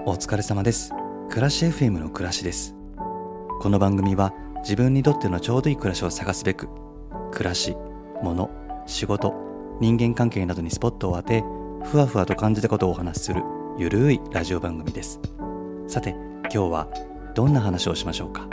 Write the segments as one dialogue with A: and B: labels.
A: お疲れ様です。暮らし FM の暮らしです。この番組は自分にとってのちょうどいい暮らしを探すべく、暮らし、物、仕事、人間関係などにスポットを当て、ふわふわと感じたことをお話しするゆるいラジオ番組です。さて、今日はどんな話をしましょうか。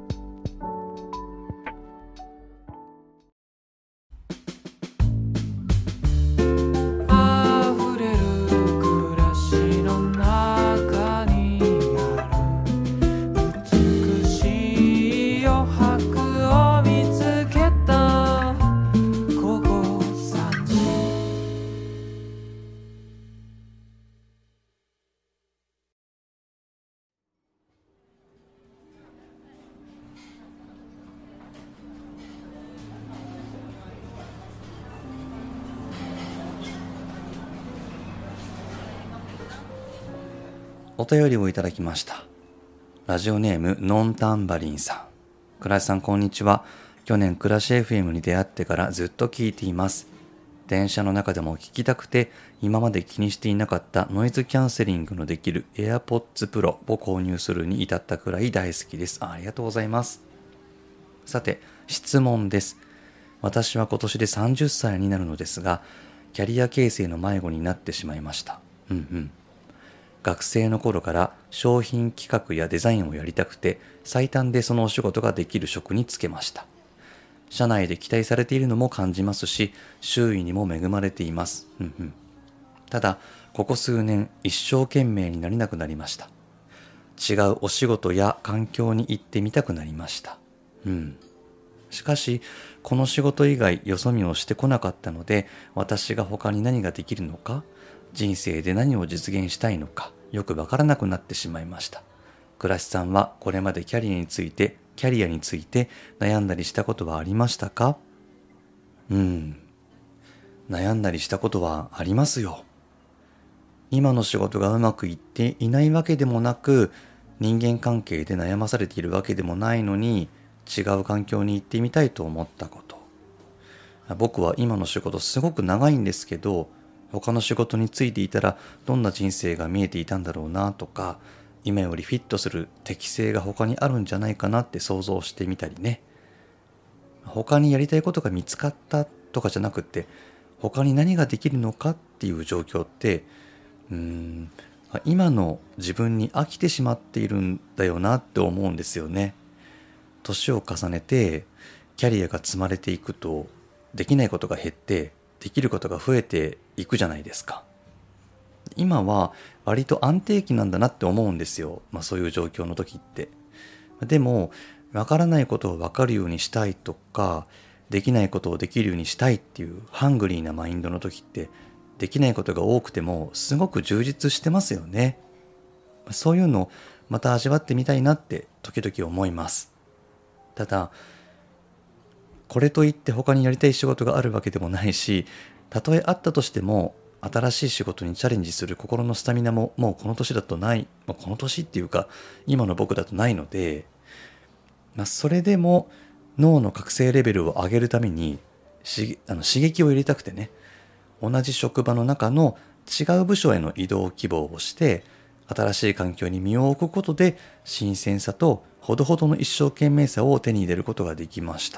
A: お便りをいただきました。ラジオネームノンタンバリンさん。倉石さん、こんにちは。去年暮らし FM に出会ってからずっと聞いています。電車の中でも聞きたくて、今まで気にしていなかったノイズキャンセリングのできる AirPods Pro を購入するに至ったくらい大好きです。ありがとうございます。さて、質問です。私は今年で30歳になるのですが、キャリア形成の迷子になってしまいました。学生の頃から商品企画やデザインをやりたくて、最短でそのお仕事ができる職に就けました。社内で期待されているのも感じますし、周囲にも恵まれています。ただ、ここ数年一生懸命になれなくなりました。違うお仕事や環境に行ってみたくなりました。しかし、この仕事以外よそ見をしてこなかったので、私が他に何ができるのか、人生で何を実現したいのか、よくわからなくなってしまいました。倉石さんはこれまでキャリアについて悩んだりしたことはありましたか？悩んだりしたことはありますよ。今の仕事がうまくいっていないわけでもなく、人間関係で悩まされているわけでもないのに、違う環境に行ってみたいと思ったこと。僕は今の仕事すごく長いんですけど、他の仕事に就いていたらどんな人生が見えていたんだろうなとか、今よりフィットする適性が他にあるんじゃないかなって想像してみたりね。他にやりたいことが見つかったとかじゃなくて、他に何ができるのかっていう状況って、今の自分に飽きてしまっているんだよなって思うんですよね。年を重ねてキャリアが積まれていくと、できないことが減ってできることが増えていくじゃないですか。今は割と安定期なんだなって思うんですよ。そういう状況の時って。でも、わからないことをわかるようにしたいとか、できないことをできるようにしたいっていうハングリーなマインドの時って、できないことが多くてもすごく充実してますよね。そういうのをまた味わってみたいなって時々思います。ただ、これといって他にやりたい仕事があるわけでもないし、たとえあったとしても新しい仕事にチャレンジする心のスタミナももうこの年だとない、この年っていうか今の僕だとないので、それでも脳の覚醒レベルを上げるために刺激を入れたくてね、同じ職場の中の違う部署への移動希望をして、新しい環境に身を置くことで新鮮さとほどほどの一生懸命さを手に入れることができました。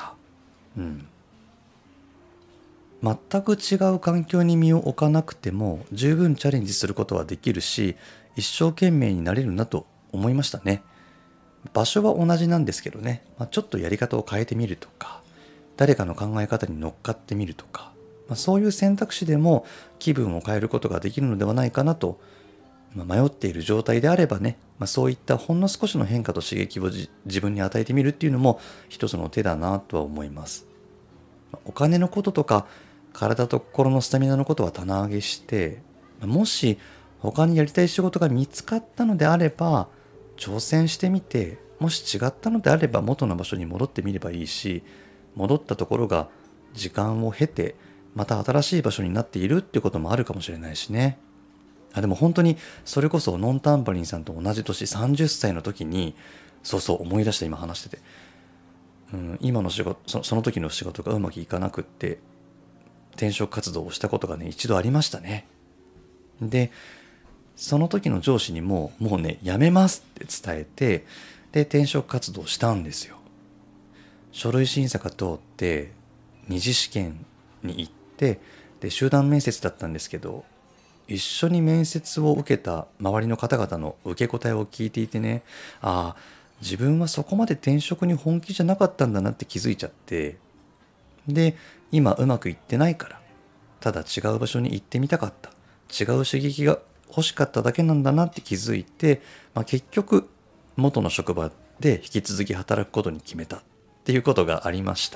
A: 全く違う環境に身を置かなくても十分チャレンジすることはできるし、一生懸命になれるなと思いましたね。場所は同じなんですけどね、ちょっとやり方を変えてみるとか、誰かの考え方に乗っかってみるとか、そういう選択肢でも気分を変えることができるのではないかなと、迷っている状態であればね、そういったほんの少しの変化と刺激を自分に与えてみるっていうのも一つの手だなとは思います。お金のこととか体と心のスタミナのことは棚上げして、もし他にやりたい仕事が見つかったのであれば挑戦してみて、もし違ったのであれば元の場所に戻ってみればいいし、戻ったところが時間を経てまた新しい場所になっているっていうこともあるかもしれないしね。でも本当にそれこそノンタンバリンさんと同じ年30歳の時に、そう思い出した、今話してて、今の仕事、その時の仕事がうまくいかなくって転職活動をしたことがね、一度ありましたね。で、 その時の上司にもうね辞めますって伝えて、で転職活動したんですよ。書類審査が通って二次試験に行って、で集団面接だったんですけど、一緒に面接を受けた周りの方々の受け答えを聞いていてね、ああ自分はそこまで転職に本気じゃなかったんだなって気づいちゃって、で今うまくいってないから、ただ違う場所に行ってみたかった、違う刺激が欲しかっただけなんだなって気づいて、結局元の職場で引き続き働くことに決めたっていうことがありました。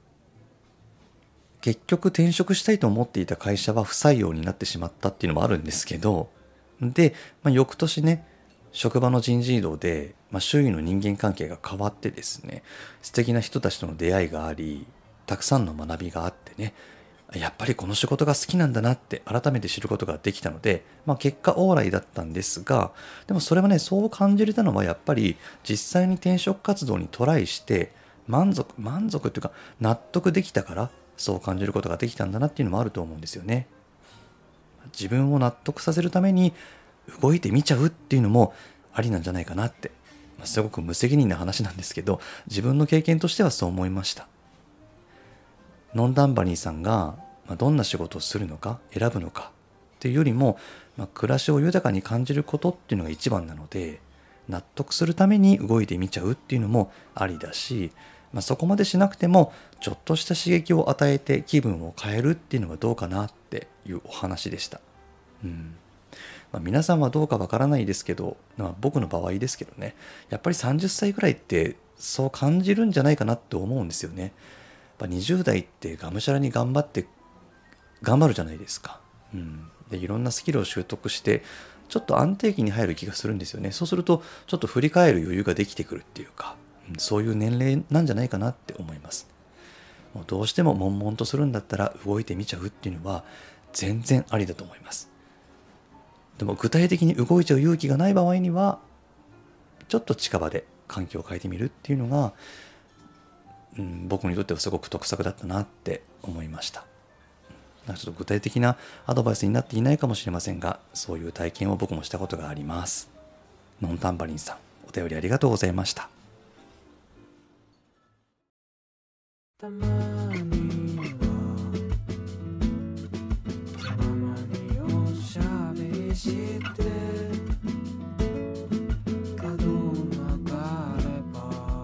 A: 結局転職したいと思っていた会社は不採用になってしまったっていうのもあるんですけど、で、翌年ね、職場の人事異動で、周囲の人間関係が変わってですね、素敵な人たちとの出会いがあり、たくさんの学びがあってね、やっぱりこの仕事が好きなんだなって改めて知ることができたので、結果オーライだったんですが、でもそれはね、そう感じれたのはやっぱり実際に転職活動にトライして満足っていうか納得できたから、そう感じることができたんだなっていうのもあると思うんですよね。自分を納得させるために動いてみちゃうっていうのもありなんじゃないかなって、すごく無責任な話なんですけど、自分の経験としてはそう思いました。ノンダンバリーさんがどんな仕事をするのか選ぶのかっていうよりも、暮らしを豊かに感じることっていうのが一番なので、納得するために動いてみちゃうっていうのもありだし、そこまでしなくてもちょっとした刺激を与えて気分を変えるっていうのはどうかなっていうお話でした。皆さんはどうかわからないですけど、僕の場合ですけどね、やっぱり30歳ぐらいってそう感じるんじゃないかなって思うんですよね。やっぱ20代ってがむしゃらに頑張るじゃないですか。でいろんなスキルを習得してちょっと安定期に入る気がするんですよね。そうするとちょっと振り返る余裕ができてくるっていうか、そういう年齢なんじゃないかなって思います。もうどうしても悶々とするんだったら動いてみちゃうっていうのは全然ありだと思います。でも具体的に動いちゃう勇気がない場合には、ちょっと近場で環境を変えてみるっていうのが、僕にとってはすごく得策だったなって思いました。ちょっと具体的なアドバイスになっていないかもしれませんが、そういう体験を僕もしたことがあります。ノンタンバリンさん、お便りありがとうございました。たまにおしゃべりして角曲がれば、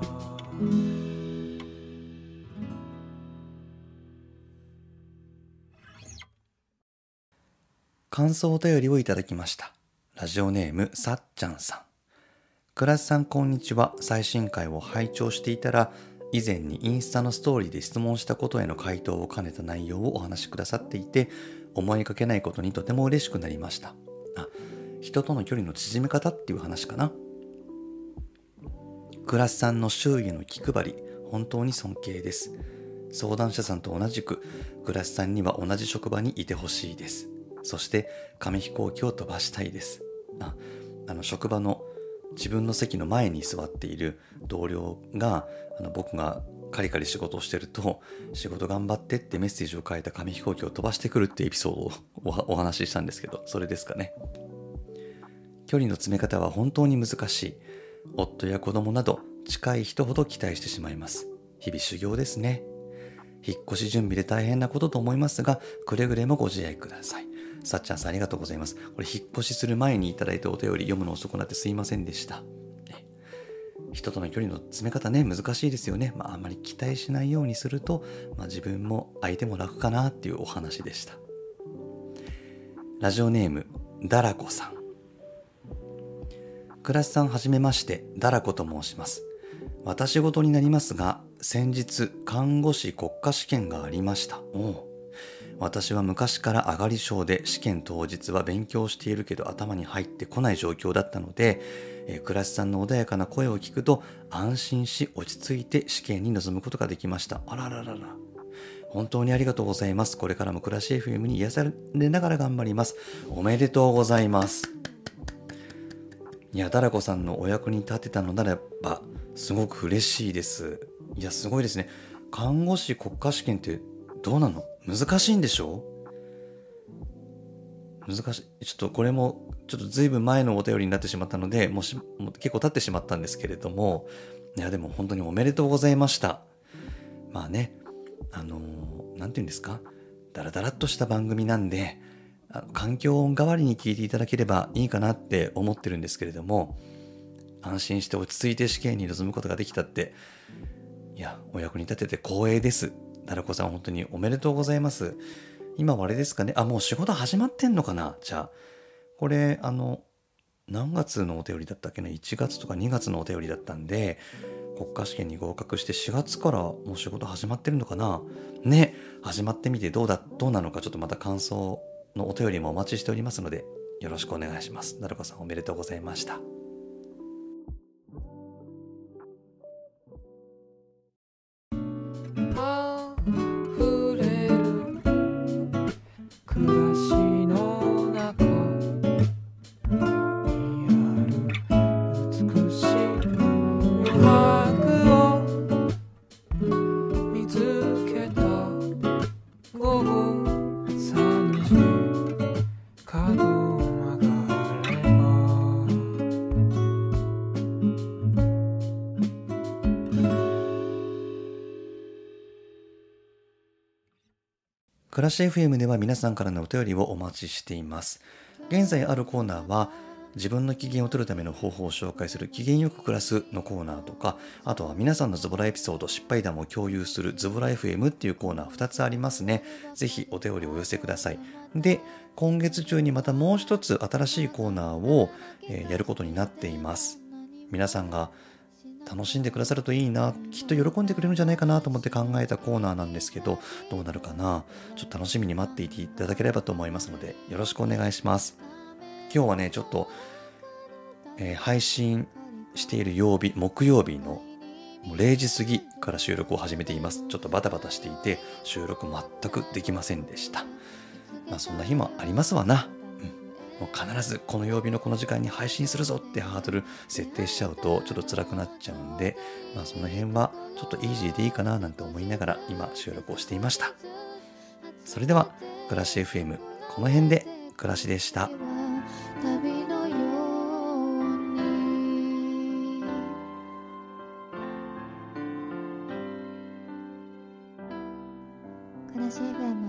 A: 感想お便りをいただきました。ラジオネームさっちゃんさん。倉瀬さんこんにちは。最新回を拝聴していたら、以前にインスタのストーリーで質問したことへの回答を兼ねた内容をお話しくださっていて、思いがけないことにとても嬉しくなりました。人との距離の縮め方っていう話かな。倉瀬さんの周囲への気配り、本当に尊敬です。相談者さんと同じく倉瀬さんには同じ職場にいてほしいです。そして紙飛行機を飛ばしたいです。職場の自分の席の前に座っている同僚が僕がカリカリ仕事をしてると、仕事頑張ってってメッセージを書いた紙飛行機を飛ばしてくるってエピソードをお話ししたんですけど、それですかね。距離の詰め方は本当に難しい。夫や子供など近い人ほど期待してしまいます。日々修行ですね。引っ越し準備で大変なことと思いますが、くれぐれもご自愛ください。さっちゃんさんありがとうございます。これ引っ越しする前にいただいたお便り読むの遅くなってすいませんでした。人との距離の詰め方ね、難しいですよね。あんまり期待しないようにすると、自分も相手も楽かなっていうお話でした。ラジオネームダラコさん。倉瀬さんはじめまして、ダラコと申します。私事になりますが、先日看護師国家試験がありました。私は昔から上がり症で、試験当日は勉強しているけど頭に入ってこない状況だったので、倉瀬さんの穏やかな声を聞くと安心し落ち着いて試験に臨むことができました。あらららら。本当にありがとうございます。これからも暮らし FM に癒されながら頑張ります。おめでとうございます。いや、ダラコさんのお役に立てたのならばすごく嬉しいです。いや、すごいですね。看護師国家試験ってどうなの？難しいんでしょ？ 難しい。ちょっとこれもちょっとずいぶん前のお便りになってしまったので、もう結構経ってしまったんですけれども、いやでも本当におめでとうございました。まあね、なんていうんですか、ダラダラっとした番組なんで、環境音代わりに聞いていただければいいかなって思ってるんですけれども、安心して落ち着いて試験に臨むことができたって、いや、お役に立てて光栄です。ダラコさん本当におめでとうございます。今はあれですかね。もう仕事始まってんのかな。じゃあ、これ、何月のお便りだったっけね。1月とか2月のお便りだったんで、国家試験に合格して4月からもう仕事始まってるのかな。ね、始まってみてどうなのか、ちょっとまた感想のお便りもお待ちしておりますので、よろしくお願いします。ダルコさんおめでとうございました。暮らし FM では皆さんからのお便りをお待ちしています。現在あるコーナーは、自分の機嫌を取るための方法を紹介する機嫌よく暮らすのコーナーとか、あとは皆さんのズボラエピソード、失敗談を共有するズボラ FM っていうコーナー2つありますね。ぜひお便りをお寄せください。で、今月中にまたもう一つ新しいコーナーをやることになっています。皆さんが楽しんでくださるといいな、きっと喜んでくれるんじゃないかなと思って考えたコーナーなんですけど、どうなるかな、ちょっと楽しみに待っていていただければと思いますので、よろしくお願いします。今日はね、ちょっと、配信している曜日、木曜日のもう0時過ぎから収録を始めています。ちょっとバタバタしていて、収録全くできませんでした。まあそんな日もありますわな。もう必ずこの曜日のこの時間に配信するぞってハードル設定しちゃうとちょっと辛くなっちゃうんで、まあその辺はちょっとイージーでいいかななんて思いながら今収録をしていました。それでは暮らし FM この辺で暮らしでした。旅のように暮らし FM